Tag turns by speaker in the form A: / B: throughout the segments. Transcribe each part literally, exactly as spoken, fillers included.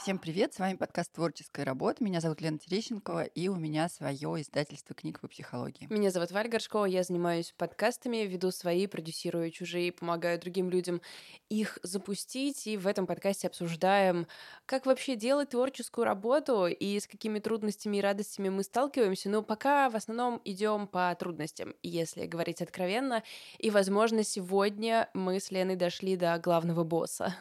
A: Всем привет, с вами подкаст «Творческая работа». Меня зовут Лена Терещенкова, и у меня свое издательство книг по психологии.
B: Меня зовут Варя Горшкова, я занимаюсь подкастами, веду свои, продюсирую чужие, помогаю другим людям их запустить, и в этом подкасте обсуждаем, как вообще делать творческую работу и с какими трудностями и радостями мы сталкиваемся, но пока в основном идем по трудностям, если говорить откровенно, и, возможно, сегодня мы с Леной дошли до главного босса.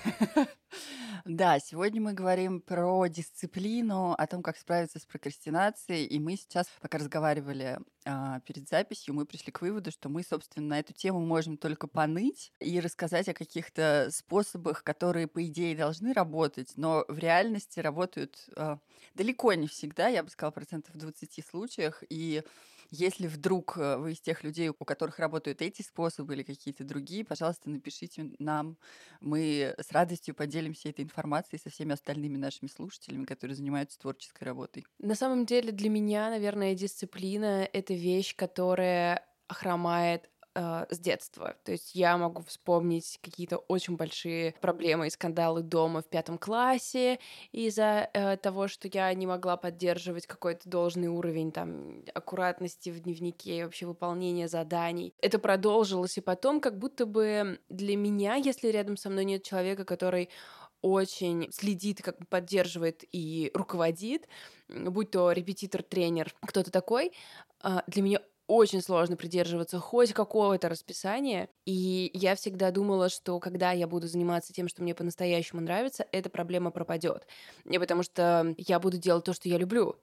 A: Да, сегодня мы говорим про дисциплину, о том, как справиться с прокрастинацией. И мы сейчас, пока разговаривали а, перед записью, мы пришли к выводу, что мы, собственно, на эту тему можем только поныть и рассказать о каких-то способах, которые, по идее, должны работать, но в реальности работают а, далеко не всегда, я бы сказала, процентов в двадцати случаях. И если вдруг э, вы из тех людей, у которых работают эти способы или какие-то другие, пожалуйста, напишите нам. Мы с радостью поделимся этой информацией со всеми остальными нашими слушателями, которые занимаются творческой работой.
B: На самом деле для меня, наверное, дисциплина — это вещь, которая хромает э, с детства. То есть я могу вспомнить какие-то очень большие проблемы и скандалы дома в пятом классе из-за э, того, что я не могла поддерживать какой-то должный уровень там аккуратности в дневнике и вообще выполнения заданий. Это продолжилось и потом, как будто бы для меня, если рядом со мной нет человека, который очень следит, как бы поддерживает и руководит, м, будь то репетитор, тренер, кто-то такой, а, для меня очень сложно придерживаться хоть какого-то расписания. И я всегда думала, что когда я буду заниматься тем, что мне по-настоящему нравится, эта проблема пропадет. И потому что я буду делать то, что я люблю.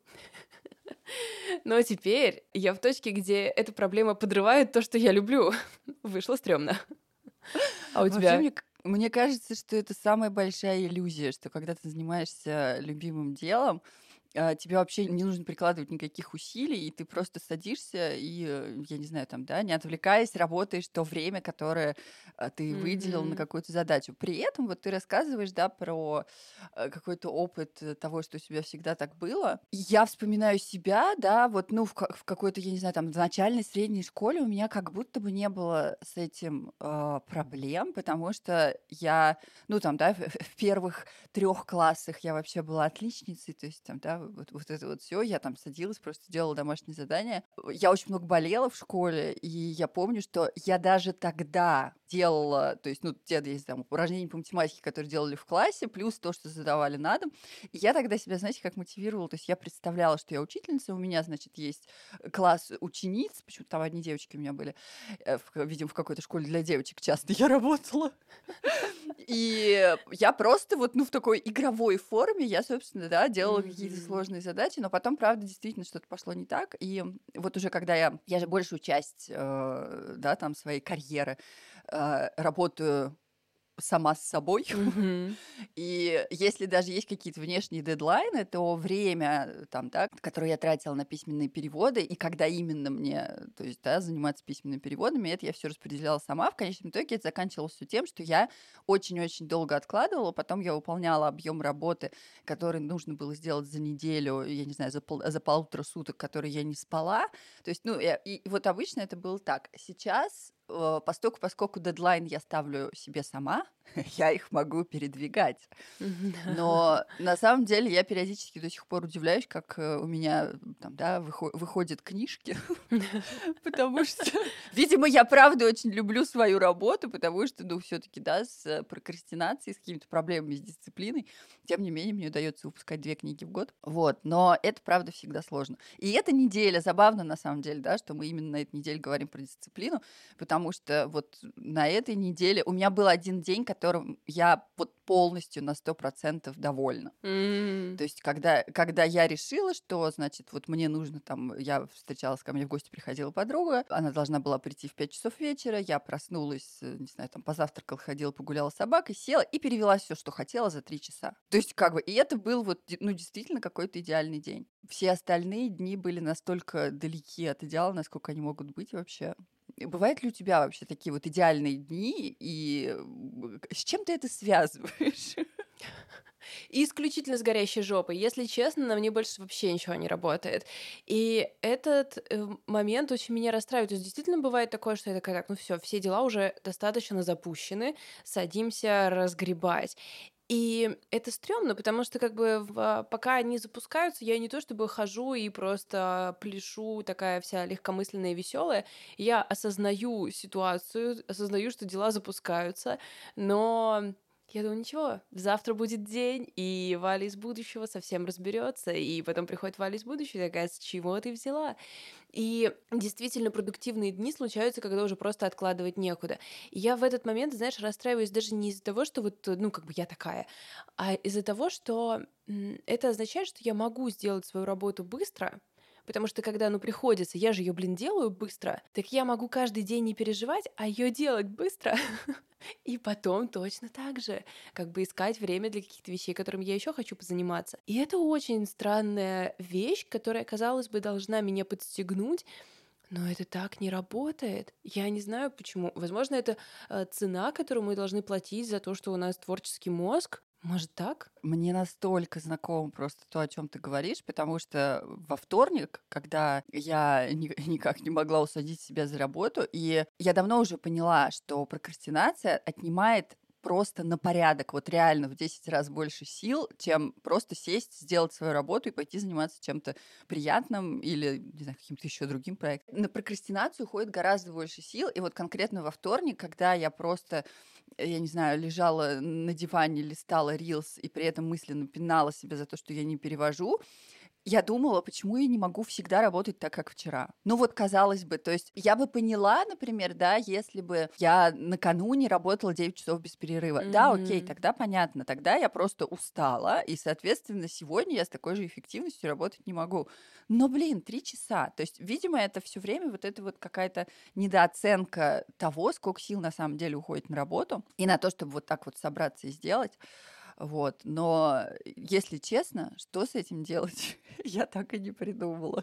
B: Но теперь я в точке, где эта проблема подрывает то, что я люблю. Вышло стрёмно. А у
A: Вообще,
B: тебя?
A: мне, к- мне кажется, что это самая большая иллюзия, что когда ты занимаешься любимым делом, а, тебе вообще не нужно прикладывать никаких усилий, и ты просто садишься и, э, я не знаю, там, да, не отвлекаясь, работаешь то время, которое а, ты выделил на
B: Мгм.
A: какую-то задачу. При этом вот ты рассказываешь, да, про э, какой-то опыт э, того, что у тебя всегда так было. И я вспоминаю себя, да, вот, ну, в, ка- в какой-то, я не знаю, там, в начальной, средней школе у меня как будто бы не было с этим э, проблем, потому что я, ну, там, да, в, в первых трех классах я вообще была отличницей, то есть там, да, вот, вот это вот все, я там садилась, просто делала домашние задания. Я очень много болела в школе, и я помню, что я даже тогда делала, то есть, ну, те есть там упражнения по математике, которые делали в классе, плюс то, что задавали на дом. И я тогда себя, знаете, как мотивировала, то есть я представляла, что я учительница, у меня, значит, есть класс учениц, почему-то там одни девочки у меня были, э, в, видимо, в какой-то школе для девочек часто я работала. И я просто вот, ну, в такой игровой форме, я, собственно, да, делала какие-то
B: Мгм.
A: сложные задачи, но потом, правда, действительно что-то пошло не так. И вот уже когда я, я же большую часть, э, да, там, своей карьеры э, работаю сама с собой.
B: Мгм.
A: И если даже есть какие-то внешние дедлайны, то время, э, там, да, которое я тратила на письменные переводы, и когда именно мне, то есть, да, заниматься письменными переводами, это я все распределяла сама. В конечном итоге это заканчивалось все тем, что я очень-очень долго откладывала, потом я выполняла объем работы, который нужно было сделать за неделю, я не знаю, за, пол, за полутора суток, которые я не спала. То есть, ну, я- и, и вот обычно это было так. Сейчас э, поскольку, поскольку дедлайн я ставлю себе сама, я их могу передвигать.
B: Мгм.
A: Но на самом деле я периодически до сих пор удивляюсь, как э, у меня там, да, выхо- выходят книжки, потому что, видимо, я правда очень люблю свою работу, потому что, ну, все-таки, да, с э, прокрастинацией, с какими-то проблемами с дисциплиной, тем не менее, мне удается выпускать две книги в год. Вот, но это, правда, всегда сложно. И эта неделя, забавно, на самом деле, да, что мы именно на этой неделе говорим про дисциплину, потому что вот на этой неделе у меня был один день, которым я вот полностью на сто процентов довольна.
B: М.
A: То есть когда, когда я решила, что, значит, вот мне нужно там, я встречалась, ко мне в гости приходила подруга, она должна была прийти в пять часов вечера, я проснулась, э, не знаю, там позавтракала, ходила, погуляла с собакой, села и перевела все, что хотела за три часа. То есть как бы, и это был вот, де- ну, действительно какой-то идеальный день. Все остальные дни были настолько далеки от идеала, насколько они могут быть вообще. И бывают ли у тебя вообще такие вот идеальные дни, и м, с чем ты это связываешь?
B: И исключительно с горящей жопой. Если честно, на мне больше вообще ничего не работает. И этот э, момент очень меня расстраивает. То есть действительно бывает такое, что я такая, так, ну все, все дела уже достаточно запущены, садимся разгребать. И это стрёмно, потому что как бы в пока они запускаются, я не то чтобы хожу и просто пляшу, такая вся легкомысленная и весёлая. Я осознаю ситуацию, осознаю, что дела запускаются, но я думаю: "Ничего, завтра будет день, и Валя из будущего совсем разберётся". И потом приходит Валя из будущего и такая: "С чего ты взяла?" И действительно продуктивные дни случаются, когда уже просто откладывать некуда. И я в этот момент, знаешь, расстраиваюсь даже не из-за того, что вот, ну, как бы я такая, а из-за того, что, м, это означает, что я могу сделать свою работу быстро, потому что когда, ну, приходится, я же её, блин, делаю быстро, так я могу каждый день не переживать, а её делать быстро. И потом точно так же как бы искать время для каких-то вещей, которыми я ещё хочу позаниматься. И это очень странная вещь, которая, казалось бы, должна меня подстегнуть, но это так не работает. Я не знаю почему. Возможно, это, э, цена, которую мы должны платить за то, что у нас творческий мозг. Может, так?
A: Мне настолько знакомо просто то, о чём ты говоришь, потому что во вторник, когда я ни никак не могла усадить себя за работу, и я давно уже поняла, что прокрастинация отнимает просто на порядок, вот реально в десять раз больше сил, чем просто сесть, сделать свою работу и пойти заниматься чем-то приятным или, не знаю, каким-то ещё другим проектом. На прокрастинацию уходит гораздо больше сил. И вот конкретно во вторник, когда я просто, я не знаю, лежала на диване, листала рилс и при этом мысленно пинала себя за то, что я не перевожу, я думала, почему я не могу всегда работать так, как вчера. Ну вот, казалось бы, то есть я бы поняла, например, да, если бы я накануне работала девять часов без перерыва. Да, окей,
B: Мгм.
A: тогда понятно, тогда я просто устала, и, соответственно, сегодня я с такой же эффективностью работать не могу. Но, блин, три часа. То есть, видимо, это всё время вот это вот какая-то недооценка того, сколько сил на самом деле уходит на работу и на то, чтобы вот так вот собраться и сделать. Вот. Но, если честно, что с этим делать, я так и не придумала.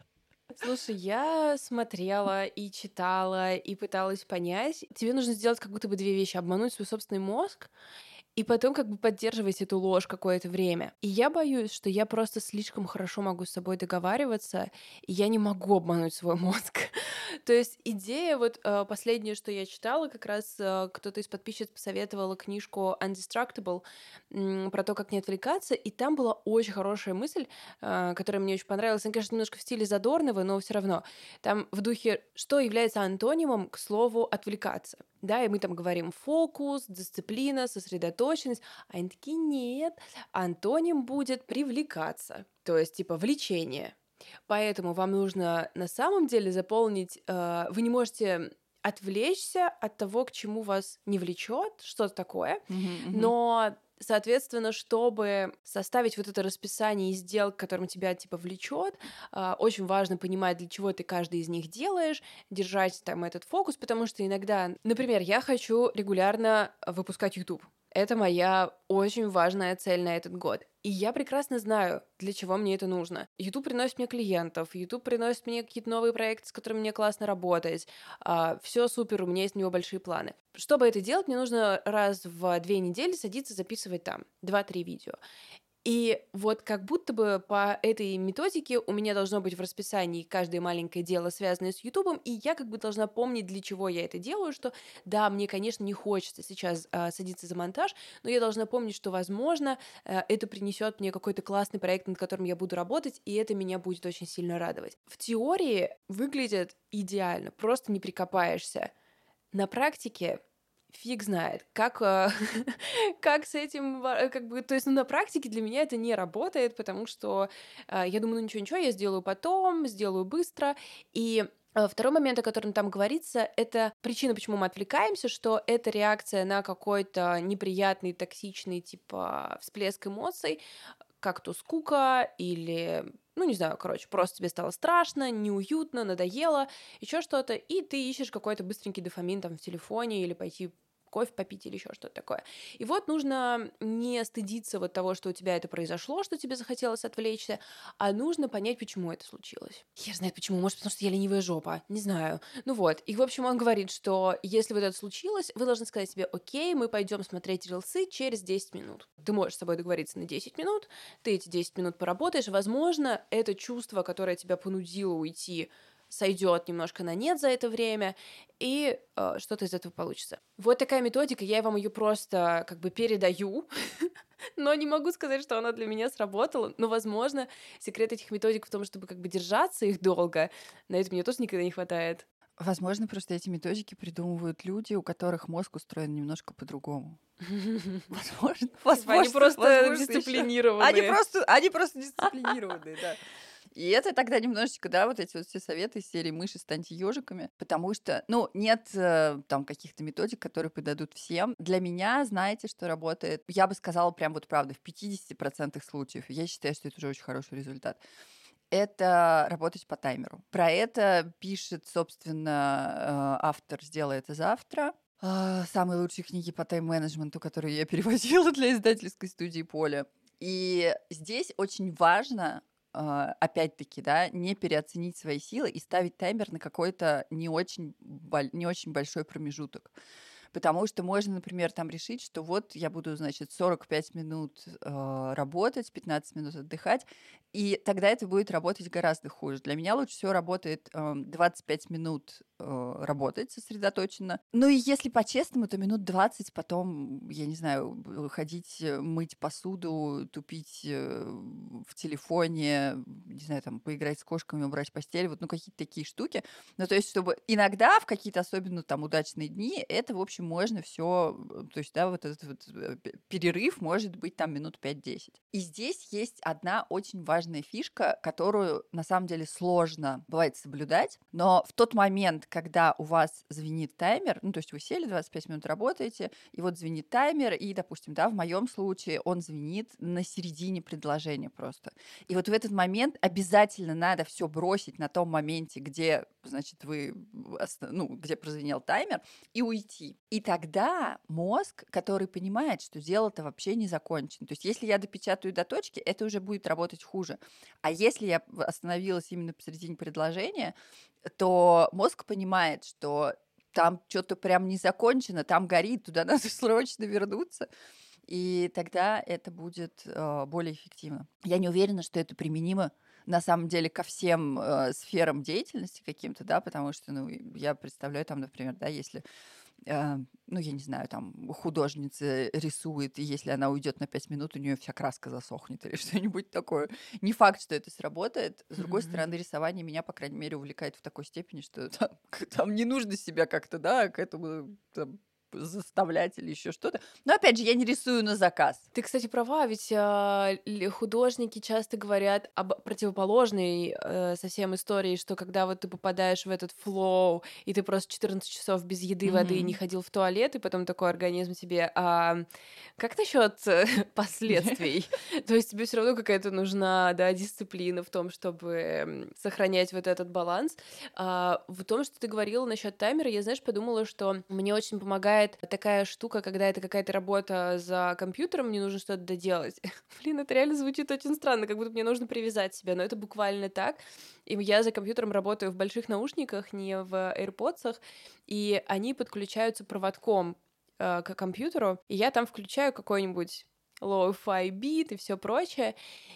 B: Слушай, я смотрела и читала, и пыталась понять. Тебе нужно сделать как будто бы две вещи: обмануть свой собственный мозг и потом как бы поддерживать эту ложь какое-то время. И я боюсь, что я просто слишком хорошо могу с собой договариваться, и я не могу обмануть свой мозг. То есть идея вот, э, последнее, что я читала, как раз, э, кто-то из подписчиц посоветовала книжку "Undistractable", м, про то, как не отвлекаться, и там была очень хорошая мысль, э, которая мне очень понравилась. Она, конечно, немножко в стиле Задорнова, но всё равно. Там в духе: что является антонимом к слову "отвлекаться"? Да, и мы там говорим: фокус, дисциплина, сосредоточенность. А они такие: "Нет, антоним будет привлекаться", то есть типа влечение. Поэтому вам нужно на самом деле заполнить, э, вы не можете отвлечься от того, к чему вас не влечет, что-то такое,
A: Мгм, мгм.
B: но, соответственно, чтобы составить вот это расписание из дел, к которым тебя типа влечет, а, очень важно понимать, для чего ты каждый из них делаешь, держать там этот фокус, потому что иногда, например, я хочу регулярно выпускать "Ютуб". Это моя очень важная цель на этот год. И я прекрасно знаю, для чего мне это нужно. "Ютуб" приносит мне клиентов, "Ютуб" приносит мне какие-то новые проекты, с которыми мне классно работать. А, всё супер, у меня есть на него большие планы. Чтобы это делать, мне нужно раз в две недели садиться записывать там два-три видео. И вот как будто бы по этой методике у меня должно быть в расписании каждое маленькое дело, связанное с "Ютубом", и я как бы должна помнить, для чего я это делаю, что да, мне, конечно, не хочется сейчас, а, садиться за монтаж, но я должна помнить, что, возможно, э, это принесет мне какой-то классный проект, над которым я буду работать, и это меня будет очень сильно радовать. В теории выглядит идеально, просто не прикопаешься. На практике фиг знает, как, э, как с этим ва как бы, то есть, ну, на практике для меня это не работает, потому что, а, я думаю: "Ну, ничего, ничего, я сделаю потом, сделаю быстро". И, э, второй момент, о котором там говорится, это причина, почему мы отвлекаемся, что это реакция на какой-то неприятный, токсичный, типа, всплеск эмоций, как то скука или, ну, не знаю, короче, просто тебе стало страшно, неуютно, надоело, еще что-то, и ты ищешь какой-то быстренький дофамин там в телефоне или пойти кофе попить или еще что-то такое. И вот нужно не стыдиться вот того, что у тебя это произошло, что тебе захотелось отвлечься, а нужно понять, почему это случилось. Хер знает почему, может, потому что я ленивая жопа, не знаю. Ну вот, и, в общем, он говорит, что если вот это случилось, вы должны сказать себе: "Окей, мы пойдем смотреть рилсы через десять минут". Ты можешь с собой договориться на десять минут, ты эти десять минут поработаешь, возможно, это чувство, которое тебя понудило уйти сойдет немножко на нет за это время, и э, что-то из этого получится. Вот такая методика, я вам ее просто как бы передаю, но не могу сказать, что она для меня сработала. Но, возможно, секрет этих методик в том, чтобы как бы держаться их долго. На это мне тоже никогда не хватает.
A: Возможно, просто эти методики придумывают люди, у которых мозг устроен немножко по-другому. Возможно, возможно,
B: Они просто
A: возможно, ещё.
B: дисциплинированные.
A: Они просто, они просто дисциплинированные, да. И это тогда немножечко, да, вот эти вот все советы из серии «Мыши, станьте ежиками», потому что, ну, нет э, там каких-то методик, которые подойдут всем. Для меня, знаете, что работает? Я бы сказала прям вот правда, в пятидесяти процентах случаев. Я считаю, что это уже очень хороший результат. Это работать по таймеру. Про это пишет, собственно, э, автор «Сделай это завтра». Э, Самые лучшие книги по тайм-менеджменту, которые я переводила для издательской студии «Поле». И здесь очень важно, э, опять-таки, да, не переоценить свои силы и ставить таймер на какой-то не очень, боль- не очень большой промежуток. Потому что можно, например, там решить, что вот я буду, значит, сорок пять минут э, работать, пятнадцать минут отдыхать, и тогда это будет работать гораздо хуже. Для меня лучше всего работает э, двадцать пять минут э, работать сосредоточенно. Ну и если по-честному, то минут двадцать потом, я не знаю, б- ходить, э, мыть посуду, тупить э, в телефоне, не знаю, там, поиграть с кошками, убрать постель, вот, ну, какие-то такие штуки. Ну, то есть, чтобы иногда в какие-то особенно там удачные дни это, в общем, можно все, то есть, да, вот этот вот э, п- перерыв может быть там минут пять-десять. И здесь есть одна очень важная фишка, которую на самом деле сложно бывает соблюдать, но в тот момент, когда у вас звенит таймер, ну, то есть вы сели, двадцать пять минут работаете, и вот звенит таймер, и, допустим, да, в моем случае он звенит на середине предложения просто. И вот в этот момент обязательно надо все бросить на том моменте, где, значит, вы, оста- ну, где прозвенел таймер, и уйти. И тогда мозг, который понимает, что дело-то вообще не закончено. То есть если я допечатаю до точки, это уже будет работать хуже. А если я в- остановилась именно посередине предложения, то мозг понимает, что там что-то прям не закончено, там горит, туда надо срочно вернуться. И тогда это будет э, более эффективно. Я не уверена, что это применимо на самом деле ко всем э, сферам деятельности каким-то, да, потому что, ну, я представляю там, например, да, если, э, ну, я не знаю, там художница рисует, и если она уйдет на пять минут, у нее вся краска засохнет или что-нибудь такое. Не факт, что это сработает. С другой стороны, рисование меня, по крайней мере, увлекает в такой степени, что там, там не нужно себя как-то, да, к этому там, заставлять или еще что-то. Но опять же, я не рисую на заказ.
B: Ты, кстати, права, ведь а, л- художники часто говорят об противоположной э, совсем истории, что когда вот ты попадаешь в этот флоу, и ты просто четырнадцать часов без еды, воды и не
A: Мгм.
B: ходил в туалет, и потом такой организм тебе, а как насчет последствий? То есть тебе все равно какая-то нужна, да, дисциплина в том, чтобы м, сохранять вот этот баланс. А, в том, что ты говорила насчет таймера, я, знаешь, подумала, что мне очень помогает такая штука, когда это какая-то работа за компьютером, мне нужно что-то доделать. Блин, это реально звучит очень странно, как будто мне нужно привязать себя, но это буквально так. И я за компьютером работаю в больших наушниках, не в AirPods, и они подключаются проводком э, к компьютеру, и я там включаю какой-нибудь low-fi бит и все прочее,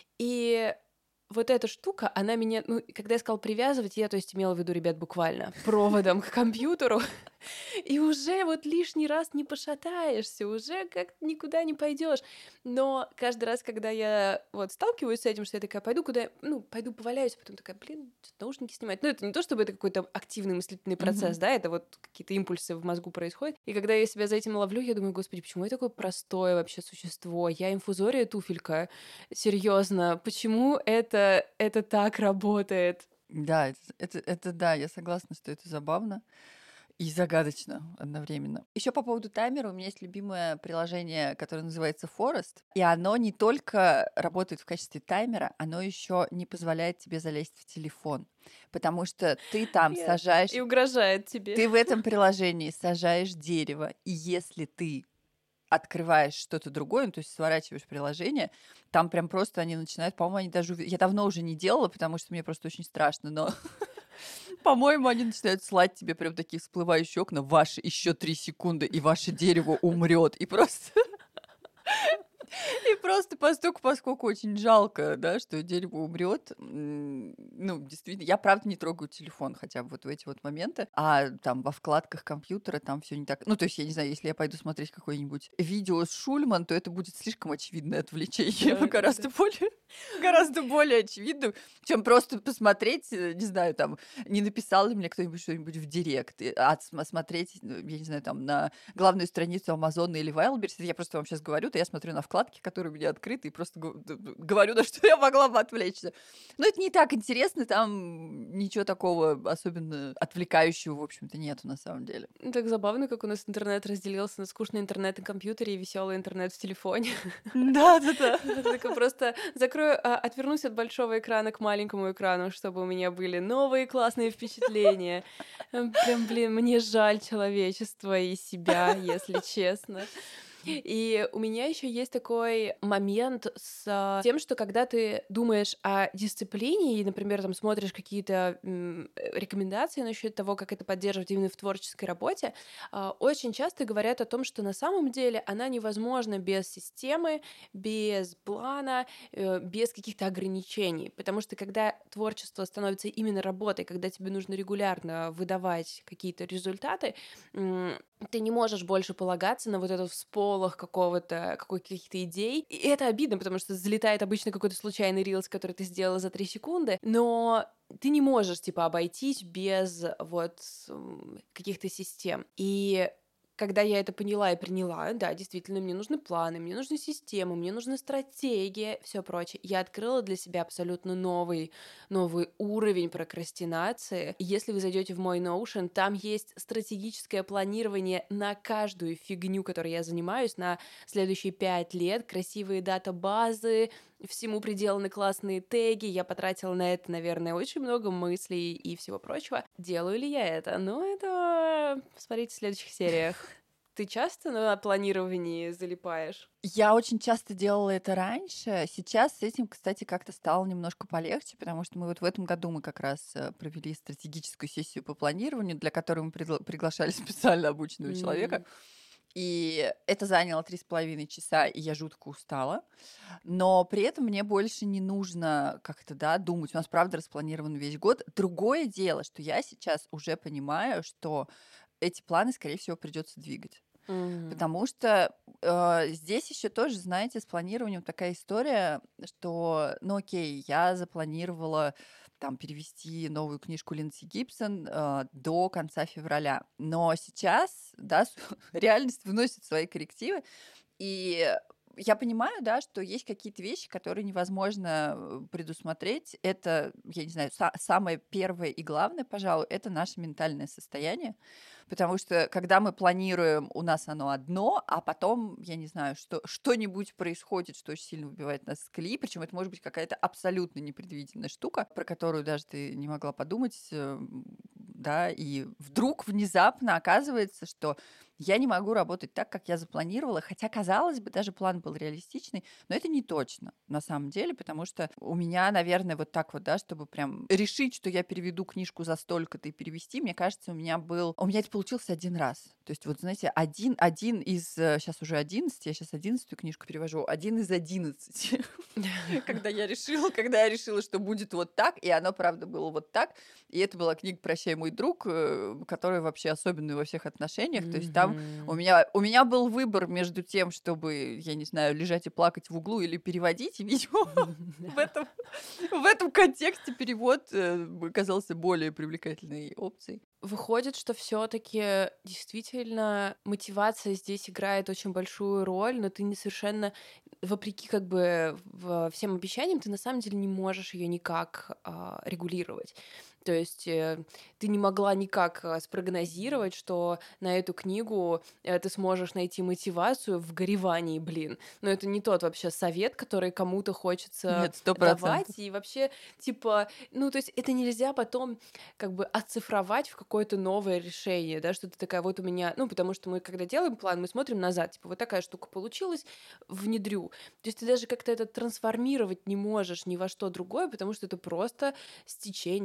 B: и вот эта штука, она меня, ну, когда я сказала привязывать, я, то есть, имела в виду, ребят, буквально проводом к компьютеру, и уже вот лишний раз не пошатаешься, уже как никуда не пойдешь. Но каждый раз, когда я вот сталкиваюсь с этим, что я такая, пойду куда, ну, пойду поваляюсь, а потом такая, блин, что-то наушники снимать. Ну, это не то, чтобы это какой-то активный мыслительный процесс,
A: Мгм.
B: да, это вот какие-то импульсы в мозгу происходят. И когда я себя за этим ловлю, я думаю, господи, почему я такое простое вообще существо? Я инфузория туфелька. Серьезно, почему это, это так работает?
A: Да, это, это, это да, я согласна, что это забавно и загадочно одновременно. Еще по поводу таймера, у меня есть любимое приложение, которое называется Forest, и оно не только работает в качестве таймера, оно еще не позволяет тебе залезть в телефон, потому что ты там
B: Я-
A: сажаешь,
B: И угрожает тебе.
A: ты в этом приложении сажаешь дерево, и если ты открываешь что-то другое, ну, то есть сворачиваешь приложение, там прям просто они начинают, по-моему, они даже... уви- Я давно уже не делала, потому что мне просто очень страшно, но, по-моему, они начинают слать тебе прям такие всплывающие окна, ваши еще три секунды, и ваше дерево умрет. И просто И просто постольку, поскольку очень жалко, да, что дерево умрет. Ну, действительно, я правда не трогаю телефон, хотя бы вот в эти вот моменты. А там во вкладках компьютера там все не так. Ну, то есть, я не знаю, если я пойду смотреть какое-нибудь видео с Шульман, то это будет слишком очевидное отвлечение,
B: Да, да,
A: гораздо
B: да.
A: более, гораздо более очевидным, чем просто посмотреть, э, не знаю, там, не написал ли мне кто-нибудь что-нибудь в директ, и- а см- смотреть, ну, я не знаю, там, на главную страницу Амазона или Wildberries. Я просто вам сейчас говорю, то я смотрю на вкладки, которые у меня открыты, и просто го- д- д- говорю, на что я могла бы отвлечься. Но это не так интересно, там ничего такого особенно отвлекающего, в общем-то, нету на самом деле.
B: Ну, так забавно, как у нас интернет разделился на скучный интернет на компьютере и веселый интернет в телефоне.
A: Да-да-да.
B: Это такое просто закрою, а, отвернусь от большого экрана к маленькому экрану, чтобы у меня были новые классные впечатления. Э, Прям, блин, мне жаль человечества и себя, если честно. И у меня еще есть такой момент с а, тем, что когда ты думаешь о дисциплине и, например, там смотришь какие-то м, э, рекомендации насчет того, как это поддерживать именно в творческой работе, а, очень часто говорят о том, что на самом деле она невозможна без системы, без плана, э, без каких-то ограничений. Потому что когда творчество становится именно работой, когда тебе нужно регулярно выдавать какие-то результаты, м, ты не можешь больше полагаться на вот этот всполох какого-то, какой- каких-то идей. И это обидно, потому что залетает обычно какой-то случайный рилс, который ты сделала за три секунды, но ты не можешь, типа, обойтись без вот м, каких-то систем. И когда я это поняла и приняла, да, действительно, мне нужны планы, мне нужны системы, мне нужна стратегия, все прочее. Я открыла для себя абсолютно новый новый уровень прокрастинации. И если вы зайдете в мой Notion, там есть стратегическое планирование на каждую фигню, которой я занимаюсь, на следующие пять лет, красивые датабазы, всему приделаны классные теги. Я потратила на это, наверное, очень много мыслей и всего прочего. Делаю ли я это? Ну, это смотрите в следующих сериях. Ты часто на планировании залипаешь?
A: Я очень часто делала это раньше. Сейчас с этим, кстати, как-то стало немножко полегче, потому что мы вот в этом году мы как раз э, провели стратегическую сессию по планированию, для которой мы пригла- приглашали специально обученного человека.
B: М,
A: И это заняло три с половиной часа, и я жутко устала. Но при этом мне больше не нужно как-то, да, думать. У нас, правда, распланирован весь год. Другое дело, что я сейчас уже понимаю, что эти планы, скорее всего, придется двигать.
B: мгм.
A: Потому что э, здесь еще тоже, знаете, с планированием такая история, что, ну окей, я запланировала там перевести новую книжку Линдси Гибсон э, до конца февраля. Но сейчас, да, с- реальность вносит свои коррективы, и я понимаю, да, что есть какие-то вещи, которые невозможно э, предусмотреть. Это, я не знаю, са- самое первое и главное, пожалуй, это наше ментальное состояние. Потому что когда мы планируем, у нас оно одно, а потом, я не знаю, что, что-нибудь происходит, что очень сильно выбивает нас из колеи. Причем это может быть какая-то абсолютно непредвиденная штука, про которую даже ты не могла подумать. э, Да, и вдруг внезапно оказывается, что я не могу работать так, как я запланировала, хотя, казалось бы, даже план был реалистичный, но это не точно на самом деле, потому что у меня, наверное, вот так вот, да, чтобы прям решить, что я переведу книжку за столько-то и перевести, мне кажется, у меня был... У меня это получилось один раз. То есть вот, знаете, один, один из... Сейчас уже одиннадцать, я сейчас одиннадцатую книжку перевожу, один из одиннадцати. Когда я решила, когда я решила, что будет вот так, и оно, правда, было вот так. И это была книга «Прощай, мой друг», э, которая вообще особенная во всех отношениях. То есть там у
B: Мгм.
A: меня, у меня был выбор между тем, чтобы, я не знаю, лежать и плакать в углу или переводить. И, видимо, в этом, в этом контексте перевод э, казался более привлекательной опцией.
B: Выходит, что все-таки действительно мотивация здесь играет очень большую роль, но ты не совершенно, вопреки как бы в- всем обещаниям, ты на самом деле не можешь ее никак а, регулировать. То есть э, ты не могла никак а, спрогнозировать, что на эту книгу э, ты сможешь найти мотивацию в горевании, блин. Но это не тот вообще совет, который кому-то хочется
A: Нет, сто процентов.
B: давать. И вообще, типа, ну, то есть это нельзя потом как бы оцифровать в какое-то новое решение, да, что ты такая, вот у меня, ну, потому что мы, когда делаем план, мы смотрим назад, типа, вот такая штука получилась, внедрю. То есть ты даже как-то это трансформировать не можешь ни во что другое, потому что это просто стечение обстоятельств.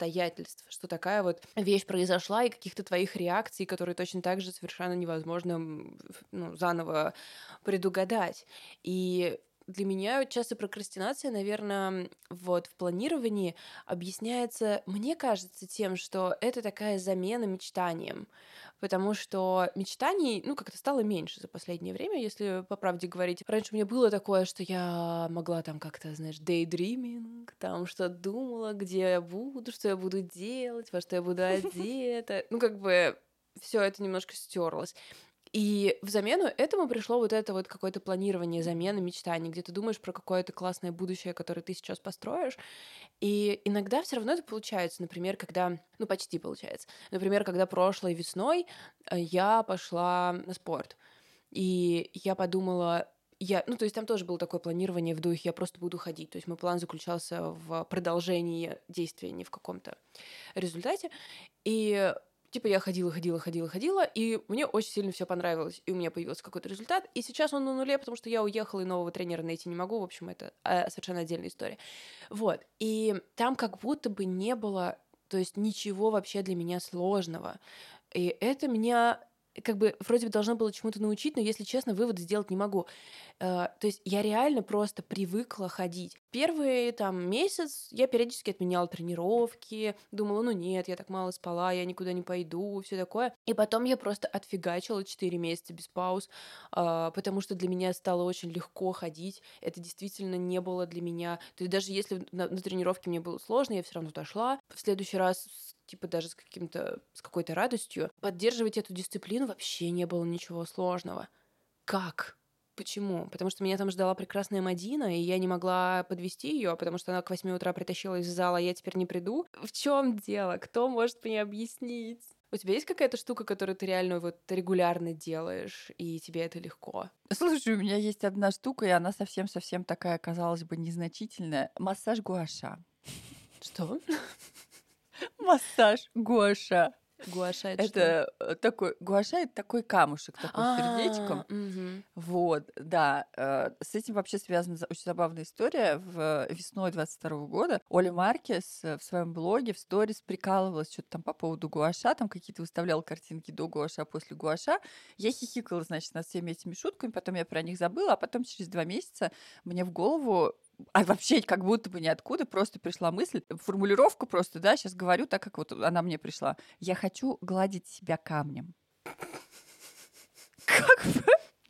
B: обстоятельств, что такая вот вещь произошла, и каких-то твоих реакций, которые точно так же совершенно невозможно м, ф- ну, заново предугадать. И для меня часто прокрастинация, наверное, вот в планировании объясняется, мне кажется, тем, что это такая замена мечтаниям. Потому что мечтаний, ну, как-то стало меньше за последнее время, если по правде говорить. Раньше у меня было такое, что я могла там как-то, знаешь, daydreaming, там что думала, где я буду, что я буду делать, во что я буду одета. Ну, как бы все это немножко стерлось. И в замену этому пришло вот это вот какое-то планирование, замена мечтаний, где ты думаешь про какое-то классное будущее, которое ты сейчас построишь, и иногда все равно это получается. Например, когда... Ну, почти получается. Например, когда прошлой весной э, я пошла на спорт. И я подумала... Я, ну, то есть там тоже было такое планирование в духе, я просто буду ходить. То есть мой план заключался в продолжении действия, не в каком-то результате. И типа я ходила, ходила, ходила, ходила, и мне очень сильно все понравилось, и у меня появился какой-то результат. И сейчас он на нуле, потому что я уехала и нового тренера найти не могу. В общем, это э, совершенно отдельная история. Вот. И там как будто бы не было, то есть ничего вообще для меня сложного. И это меня как бы вроде бы должно было чему-то научить, но, если честно, выводы сделать не могу. Э, то есть я реально просто привыкла ходить. Первый там месяц я периодически отменяла тренировки, думала, ну нет, я так мало спала, я никуда не пойду, все такое. И потом я просто отфигачила четыре месяца без пауз, а, потому что для меня стало очень легко ходить. Это действительно не было для меня... То есть даже если на, на тренировке мне было сложно, я все равно дошла. В следующий раз с- типа даже с каким-то, с какой-то радостью. Поддерживать эту дисциплину вообще не было ничего сложного. Как? Почему? Потому что меня там ждала прекрасная Мадина, и я не могла подвести ее, потому что она к восьми утра притащила из зала, а я теперь не приду. В чем дело? Кто может мне объяснить? У тебя есть какая-то штука, которую ты реально вот регулярно делаешь, и тебе это легко?
A: Слушай, у меня есть одна штука, и она совсем-совсем такая, казалось бы, незначительная. Массаж гуаша.
B: Что?
A: Массаж гуаша.
B: Гуаша это что?
A: Это э, такой... Гуаша — это такой камушек, такой с
B: А,
A: сердечком.
B: мгм.
A: Вот, да. э, С этим вообще связана за- очень забавная история. В весной двадцать второго года Оля Маркес э, в своем блоге, в сторис прикалывалась что-то там по поводу гуаша, там какие-то выставляла картинки до гуаша, после гуаша. Я хихикала, значит, над всеми этими шутками, потом я про них забыла, а потом через два месяца мне в голову, а вообще как будто бы ниоткуда, просто пришла мысль, формулировку просто, да, сейчас говорю так, как вот она мне пришла. Я хочу гладить себя камнем. Как бы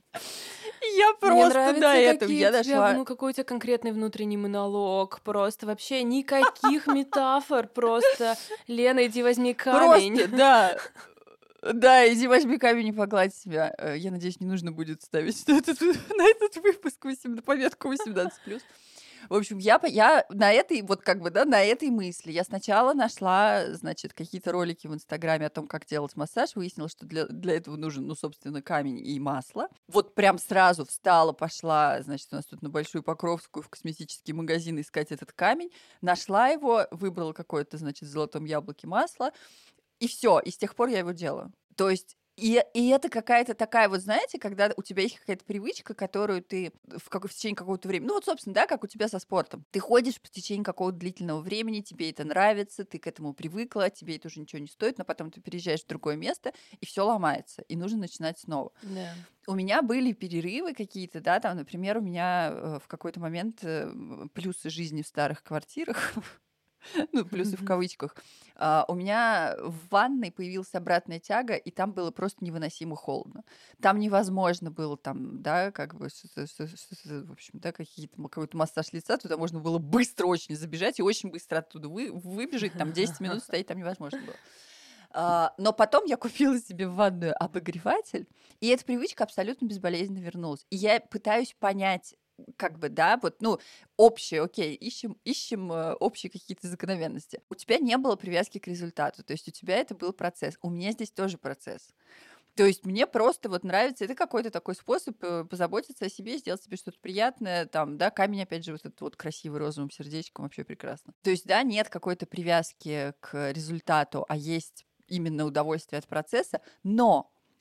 A: я
B: Мне
A: просто до
B: нравится,
A: этого,
B: какие у
A: я
B: тебя,
A: дошла.
B: ну, какой у тебя конкретный внутренний монолог. Просто вообще никаких метафор. Просто, Лена, иди возьми камень.
A: Просто, да, да, иди возьми камень и погладь себя. Э, Я надеюсь, не нужно будет ставить на этот, на этот выпуск восемь- на пометку восемнадцать плюс. В общем, я, по- я на этой, вот как бы, да, на этой мысли. Я сначала нашла, значит, какие-то ролики в Инстаграме о том, как делать массаж. Выяснила, что для, для этого нужен, ну, собственно, камень и масло. Вот прям сразу встала, пошла, значит, у нас тут на Большую Покровскую в косметический магазин искать этот камень. Нашла его, выбрала какое-то, значит, в золотом яблоке масло. И все, и с тех пор я его делаю. То есть и, и это какая-то такая, вот знаете, когда у тебя есть какая-то привычка, которую ты в, как, в течение какого-то времени, ну вот, собственно, да, как у тебя со спортом. Ты ходишь в течение какого-то длительного времени, тебе это нравится, ты к этому привыкла, тебе это уже ничего не стоит, но потом ты переезжаешь в другое место, и все ломается, и нужно начинать снова.
B: Да.
A: У меня были перерывы какие-то, да, там, например, у меня э, в какой-то момент э, плюсы жизни в старых квартирах, ну, плюсы в кавычках, а, у меня в ванной появилась обратная тяга, и там было просто невыносимо холодно. Там невозможно было там, да, как бы, с- с- с- с- в общем, да, какие-то, м- какой-то массаж лица, туда можно было быстро очень забежать и очень быстро оттуда вы, выбежать, там десять минут стоять там невозможно было. А, но потом я купила себе в ванную обогреватель, и эта привычка абсолютно безболезненно вернулась. И я пытаюсь понять, как бы, да, вот, ну, общее, окей, ищем, ищем э, общие какие-то закономерности. У тебя не было привязки к результату, то есть у тебя это был процесс. У меня здесь тоже процесс. То есть мне просто вот нравится, это какой-то такой способ э, позаботиться о себе, сделать себе что-то приятное, там, да, камень, опять же, вот этот вот красивый розовым сердечком, вообще прекрасно. То есть, да, нет какой-то привязки к результату, а есть именно удовольствие от процесса, но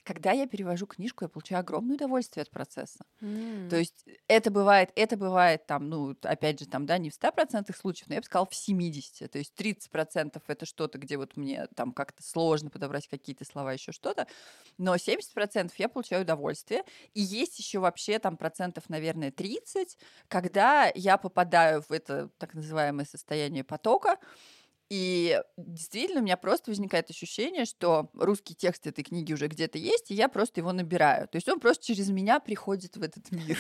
A: Когда я перевожу книжку, я получаю огромное удовольствие от процесса.
B: М.
A: То есть это бывает, это бывает там, ну, опять же, там, да, не в ста процентах случаев, но я бы сказала в семидесяти. То есть тридцать процентов это что-то, где вот мне там как-то сложно подобрать какие-то слова, еще что-то, но семьдесят процентов я получаю удовольствие. И есть еще вообще там процентов, наверное, тридцать, когда я попадаю в это так называемое состояние потока, и действительно у меня просто возникает ощущение, что русский текст этой книги уже где-то есть, и я просто его набираю. То есть он просто через меня приходит в этот мир.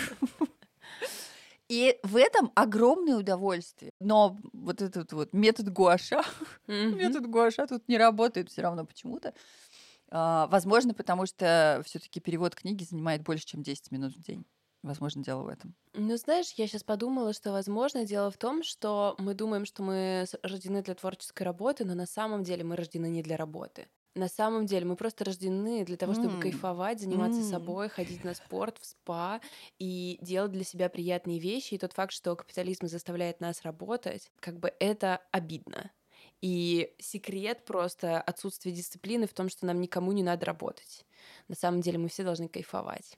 A: И в этом огромное удовольствие. Но вот этот вот метод гуаша,
B: Мгм.
A: метод гуаша тут не работает все равно почему-то. А, Возможно, потому что все-таки перевод книги занимает больше, чем десять минут в день. Возможно, дело в этом.
B: Ну, знаешь, я сейчас подумала, что, возможно, дело в том, что мы думаем, что мы с- рождены для творческой работы, но на самом деле мы рождены не для работы. На самом деле мы просто рождены для того, чтобы
A: М,
B: кайфовать, заниматься
A: м.
B: собой, ходить на спорт, в спа и делать для себя приятные вещи. И тот факт, что капитализм заставляет нас работать, как бы это обидно. И секрет просто отсутствия дисциплины в том, что нам никому не надо работать. На самом деле мы все должны кайфовать.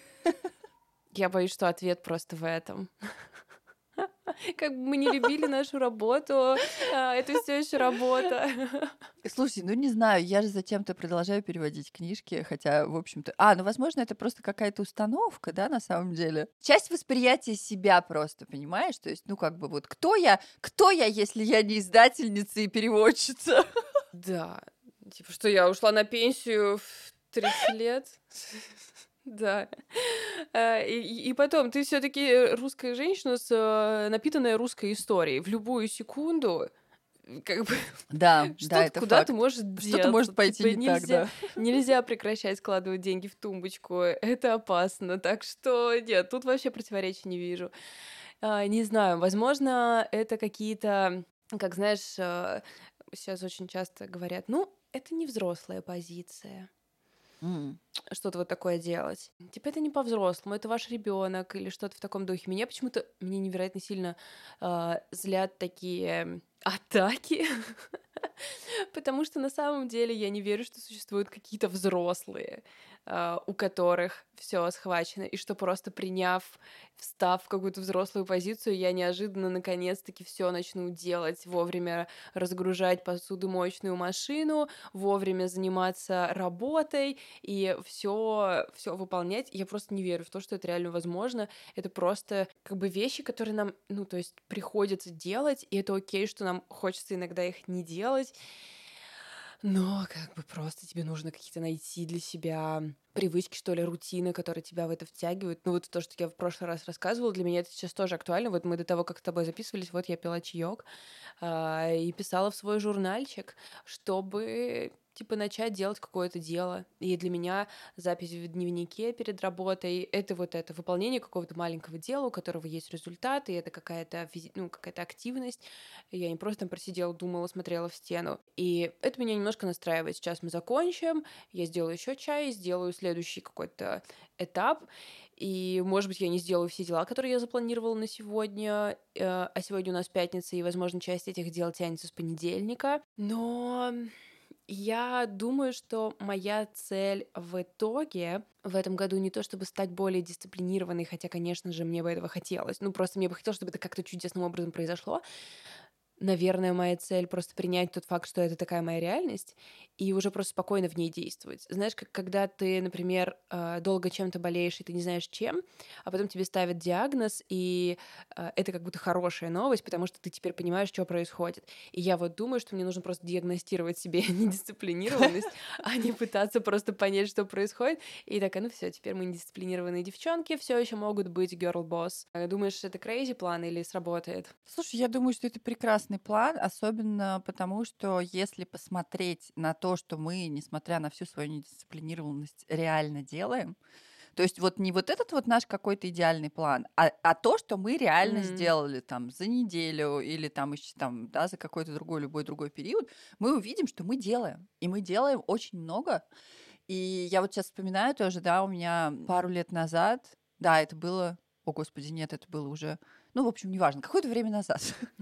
B: Я боюсь, что ответ просто в этом. Как бы мы не любили нашу работу, а, это все еще работа.
A: Слушай, ну не знаю, я же зачем-то продолжаю переводить книжки, хотя, в общем-то... А, ну, возможно, это просто какая-то установка, да, на самом деле. Часть восприятия себя просто, понимаешь? То есть, ну, как бы вот, кто я, кто я, если я не издательница и переводчица?
B: Да, типа, что я ушла на пенсию в тридцать лет. Да. А, И, и- и потом, ты все-таки русская женщина с э, напитанной русской историей. В любую секунду, э, как бы,
A: Да, да,
B: что-то
A: это
B: куда-то
A: факт.
B: может
A: Что-то
B: деться.
A: может пойти
B: Типа
A: не так,
B: нельзя,
A: да.
B: нельзя прекращать складывать деньги в тумбочку. Это опасно. Так что нет, тут вообще противоречий не вижу. А, не знаю, возможно, это какие-то, как знаешь, сейчас очень часто говорят, ну, это не взрослая позиция,
A: М.
B: что-то вот такое делать. Типа это не по-взрослому, это ваш ребенок или что-то в таком духе. Меня почему-то, мне невероятно сильно а, злят такие атаки, потому что на самом деле я не верю, что существуют какие-то взрослые, а, у которых все схвачено, и что просто приняв, встав в какую-то взрослую позицию, я неожиданно наконец-таки все начну делать, вовремя разгружать посудомоечную машину, вовремя заниматься работой и все, все выполнять. Я просто не верю в то, что это реально возможно. Это просто как бы вещи, которые нам, ну, то есть приходится делать, и это окей, что нам хочется иногда их не делать, но как бы просто тебе нужно какие-то найти для себя привычки, что ли, рутины, которые тебя в это втягивают. Ну вот то, что я в прошлый раз рассказывала, для меня это сейчас тоже актуально. Вот мы до того, как с тобой записывались, вот я пила чаек а, и писала в свой журнальчик, чтобы типа начать делать какое-то дело. И для меня запись в дневнике перед работой — это вот это выполнение какого-то маленького дела, у которого есть результат, и это какая-то физи- ну, какая-то активность. Я не просто там просидела, думала, смотрела в стену. И это меня немножко настраивает. Сейчас мы закончим, я сделаю еще чай, сделаю следующий какой-то этап. И, может быть, я не сделаю все дела, которые я запланировала на сегодня, э, а сегодня у нас пятница, и, возможно, часть этих дел тянется с понедельника. Но я думаю, что моя цель в итоге в этом году не то чтобы стать более дисциплинированной, хотя, конечно же, мне бы этого хотелось. Ну, просто мне бы хотелось, чтобы это как-то чудесным образом произошло. Наверное, моя цель просто принять тот факт, что это такая моя реальность, и уже просто спокойно в ней действовать. Знаешь, как когда ты, например, э, долго чем-то болеешь, и ты не знаешь чем, а потом тебе ставят диагноз, и э, это как будто хорошая новость, потому что ты теперь понимаешь, что происходит. И я вот думаю, что мне нужно просто диагностировать себе недисциплинированность, а не пытаться просто понять, что происходит. И такая, ну все, теперь мы недисциплинированные девчонки, все еще могут быть girl boss. Э, Думаешь, это crazy план или сработает?
A: Слушай, я думаю, что это прекрасный план, особенно потому, что если посмотреть на то, что мы, несмотря на всю свою недисциплинированность, реально делаем, то есть вот не вот этот вот наш какой-то идеальный план, а, а то, что мы реально
B: М.
A: сделали там за неделю или там еще там, да, за какой-то другой, любой другой период, мы увидим, что мы делаем. И мы делаем очень много. И я вот сейчас вспоминаю тоже, да, у меня пару лет назад, да, это было, о господи, нет, это было уже, ну, в общем, неважно, какое-то время назад,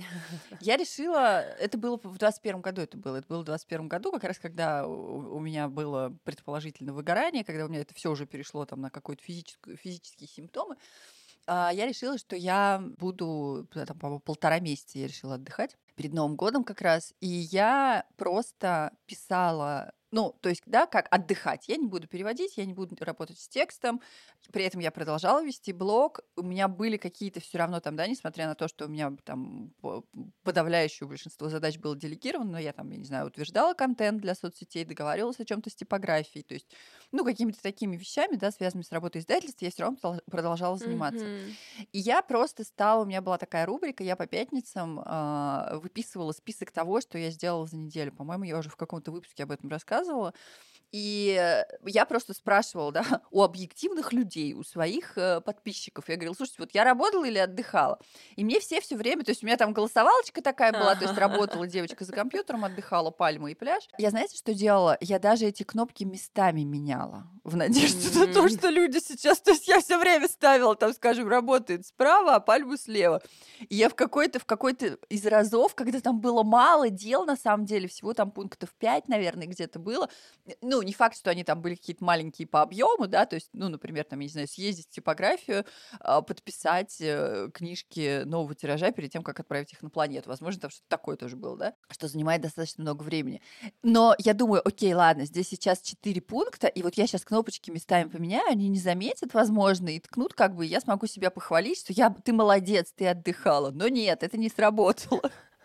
A: я решила, это было в двадцать первом году, это было, это было в двадцать первом году, как раз когда у, у меня было предположительно выгорание, когда у меня это все уже перешло там на какие-то физические, физические симптомы, а, я решила, что я буду, э, там, по-моему, полтора месяца я решила отдыхать перед Новым годом как раз, и я просто писала, ну, то есть, да, как отдыхать. Я не буду переводить, я не буду работать с текстом. При этом я продолжала вести блог. У меня были какие-то все равно там, да, несмотря на то, что у меня там по- подавляющее большинство задач было делегировано, но я там, я не знаю, утверждала контент для соцсетей, договаривалась о чем-то с типографией, то есть, ну, какими-то такими вещами, да, связанными с работой издательства, я все равно продол- продолжала заниматься.
B: Мгм.
A: И я просто стала, у меня была такая рубрика, я по пятницам а, выписывала список того, что я сделала за неделю. По-моему, я уже в каком-то выпуске об этом рассказывала. И э, я просто спрашивала, да, у объективных людей, у своих э, подписчиков. Я говорила, слушайте, вот я работала или отдыхала? И мне все все время, то есть у меня там голосовалочка такая была, то есть работала девочка за компьютером, отдыхала, пальма и пляж. Я, знаете, что делала? Я даже эти кнопки местами меняла в надежде на то,
B: М.
A: что люди сейчас... То есть я все время ставила, там, скажем, работает справа, а пальму слева. И я в какой-то, в какой-то из разов, когда там было мало дел, на самом деле, всего там пунктов пять, наверное, где-то было, ну, не факт, что они там были какие-то маленькие по объему, да, то есть, ну, например, там, я не знаю, съездить в типографию, а, подписать э, книжки нового тиража перед тем, как отправить их на планету. Возможно, там что-то такое тоже было, да, что занимает достаточно много времени. Но я думаю, окей, ладно, здесь сейчас четыре пункта, и вот я сейчас кнопочки местами поменяю, они не заметят, возможно, и ткнут, как бы, и я смогу себя похвалить, что я, ты молодец, ты отдыхала. Но нет, это не сработало.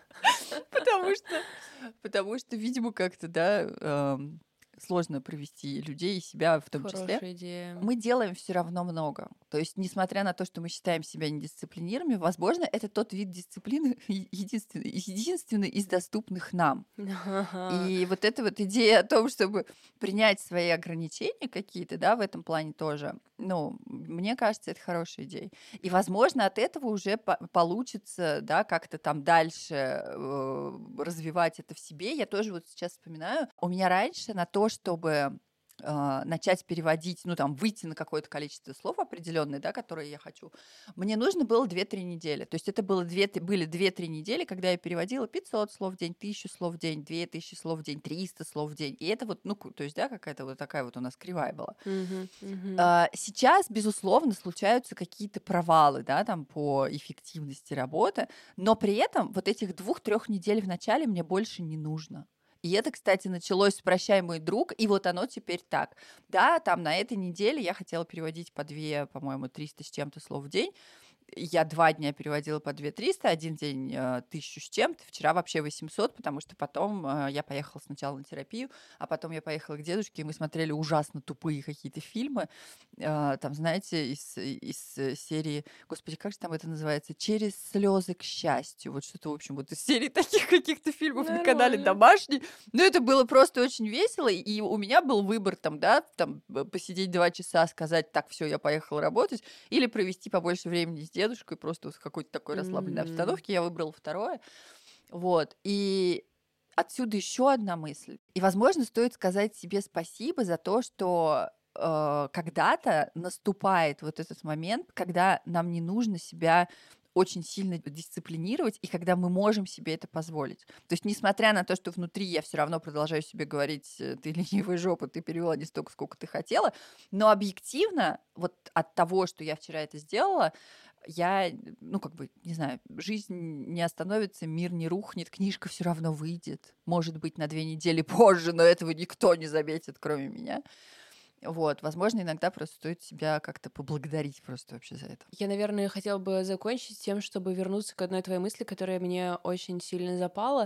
A: Потому что, потому что, видимо, как-то, да, эм, сложно провести людей и себя в том числе.
B: Хорошая идея.
A: Мы делаем все равно много. То есть, несмотря на то, что мы считаем себя недисциплинированными, возможно, это тот вид дисциплины е- единственный, единственный из доступных нам.
B: Ага.
A: И вот эта вот идея о том, чтобы принять свои ограничения какие-то, да, в этом плане тоже, ну, мне кажется, это хорошая идея. И, возможно, от этого уже по- получится, да, как-то там дальше э, развивать это в себе. Я тоже вот сейчас вспоминаю, у меня раньше на то, чтобы а, начать переводить, ну, там, выйти на какое-то количество слов определенное, да, которые я хочу, мне нужно было две-три недели. То есть это было две, были две-три недели, когда я переводила пятьсот слов в день, тысячу слов в день, две тысячи слов в день, триста слов в день. И это вот, ну, ку- то есть, да, какая-то вот такая вот у нас кривая была.
B: Мгм, мгм.
A: А, Сейчас, безусловно, случаются какие-то провалы, да, там, по эффективности работы, но при этом вот этих двух-трех недель в начале мне больше не нужно. И это, кстати, началось с «Прощай, мой друг», и вот оно теперь так. Да, там на этой неделе я хотела переводить по две, по-моему, триста с чем-то слов в день. Я два дня переводила по две триста, один день э, тысячу с чем-то, вчера вообще восемьсот, потому что потом э, я поехала сначала на терапию, а потом я поехала к дедушке, и мы смотрели ужасно тупые какие-то фильмы, э, там, знаете, из, из э, серии, господи, как же там это называется, «Через слезы к счастью», вот что-то, в общем, вот из серии таких каких-то фильмов на канале
B: Нормально.
A: «Домашний». Но это было просто очень весело, и у меня был выбор там, да, там э, посидеть два часа, сказать, так, все, я поехала работать, или провести побольше времени с дедушкой, просто вот в какой-то такой расслабленной
B: М.
A: обстановке. Я выбрала второе. Вот. И отсюда еще одна мысль. И, возможно, стоит сказать себе спасибо за то, что э, когда-то наступает вот этот момент, когда нам не нужно себя очень сильно дисциплинировать, и когда мы можем себе это позволить. То есть, несмотря на то, что внутри я все равно продолжаю себе говорить, э, ты ленивая жопа, ты перевела не столько, сколько ты хотела, но объективно вот от того, что я вчера это сделала, я, ну, как бы, не знаю, жизнь не остановится, мир не рухнет, книжка все равно выйдет. Может быть, на две недели позже, но этого никто не заметит, кроме меня. Вот, возможно, иногда просто стоит себя как-то поблагодарить просто вообще за это.
B: Я, наверное, хотела бы закончить тем, чтобы вернуться к одной твоей мысли, которая мне очень сильно запала.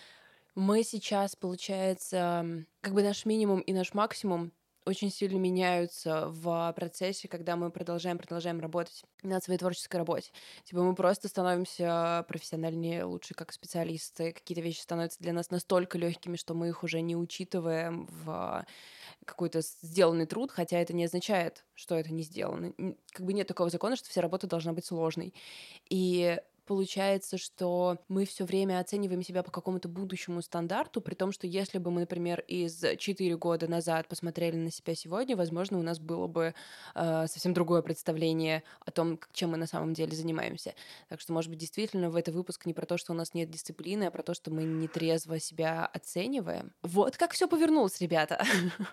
B: Мы сейчас, получается, м, как бы наш минимум и наш максимум очень сильно меняются в процессе, когда мы продолжаем, продолжаем работать над своей творческой работе. Типа мы просто становимся профессиональнее, лучше как специалисты. Какие-то вещи становятся для нас настолько легкими, что мы их уже не учитываем в какой-то сделанный труд, хотя это не означает, что это не сделано. Н- Как бы нет такого закона, что вся работа должна быть сложной. И получается, что мы все время оцениваем себя по какому-то будущему стандарту, при том, что если бы мы, например, из четыре года назад посмотрели на себя сегодня, возможно, у нас было бы э, совсем другое представление о том, к- чем мы на самом деле занимаемся. Так что, может быть, действительно, в этот выпуск не про то, что у нас нет дисциплины, а про то, что мы нетрезво себя оцениваем. Вот как все повернулось, ребята.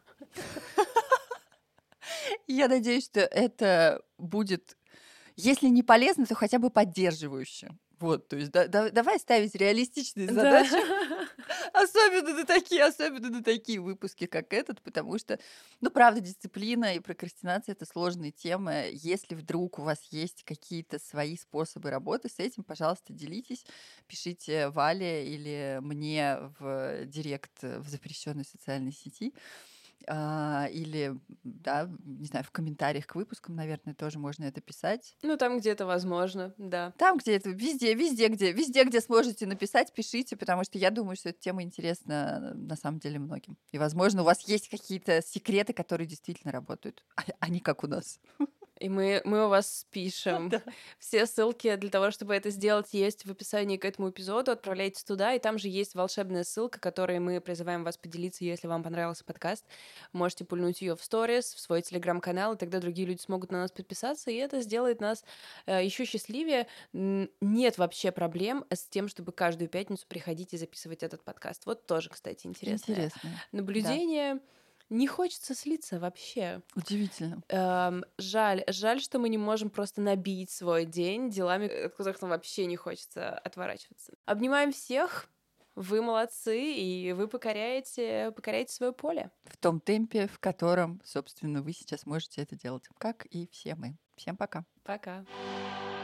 A: Я надеюсь, что это будет, если не полезно, то хотя бы поддерживающе. Вот, то есть да- да- давай ставить реалистичные
B: Да.
A: задачи, особенно на такие, особенно на такие выпуски, как этот, потому что, ну, правда, дисциплина и прокрастинация — это сложные темы. Если вдруг у вас есть какие-то свои способы работы с этим, пожалуйста, делитесь, пишите Вале или мне в директ в запрещенной социальной сети. А, или, да, не знаю, в комментариях к выпускам, наверное, тоже можно это писать.
B: Ну, там где-то возможно, да.
A: Там, где это, везде, везде, где, везде, где сможете написать, пишите, потому что я думаю, что эта тема интересна на самом деле многим. И, возможно, у вас есть какие-то секреты, которые действительно работают, а, а не как у нас.
B: И мы, мы у вас спишем.
A: Да.
B: Все ссылки для того, чтобы это сделать, есть в описании к этому эпизоду. Отправляйтесь туда, и там же есть волшебная ссылка, которой мы призываем вас поделиться, если вам понравился подкаст. Можете пульнуть ее в сторис, в свой телеграм-канал, и тогда другие люди смогут на нас подписаться, и это сделает нас э, еще счастливее. Н- Нет вообще проблем с тем, чтобы каждую пятницу приходить и записывать этот подкаст. Вот тоже, кстати, интересное
A: Интересно. Да.
B: наблюдение. Не хочется слиться вообще.
A: Удивительно.
B: Эм, жаль, жаль, что мы не можем просто набить свой день делами, от которых нам вообще не хочется отворачиваться. Обнимаем всех, вы молодцы, и вы покоряете, покоряете свое поле.
A: В том темпе, в котором, собственно, вы сейчас можете это делать, как и все мы. Всем пока.
B: Пока.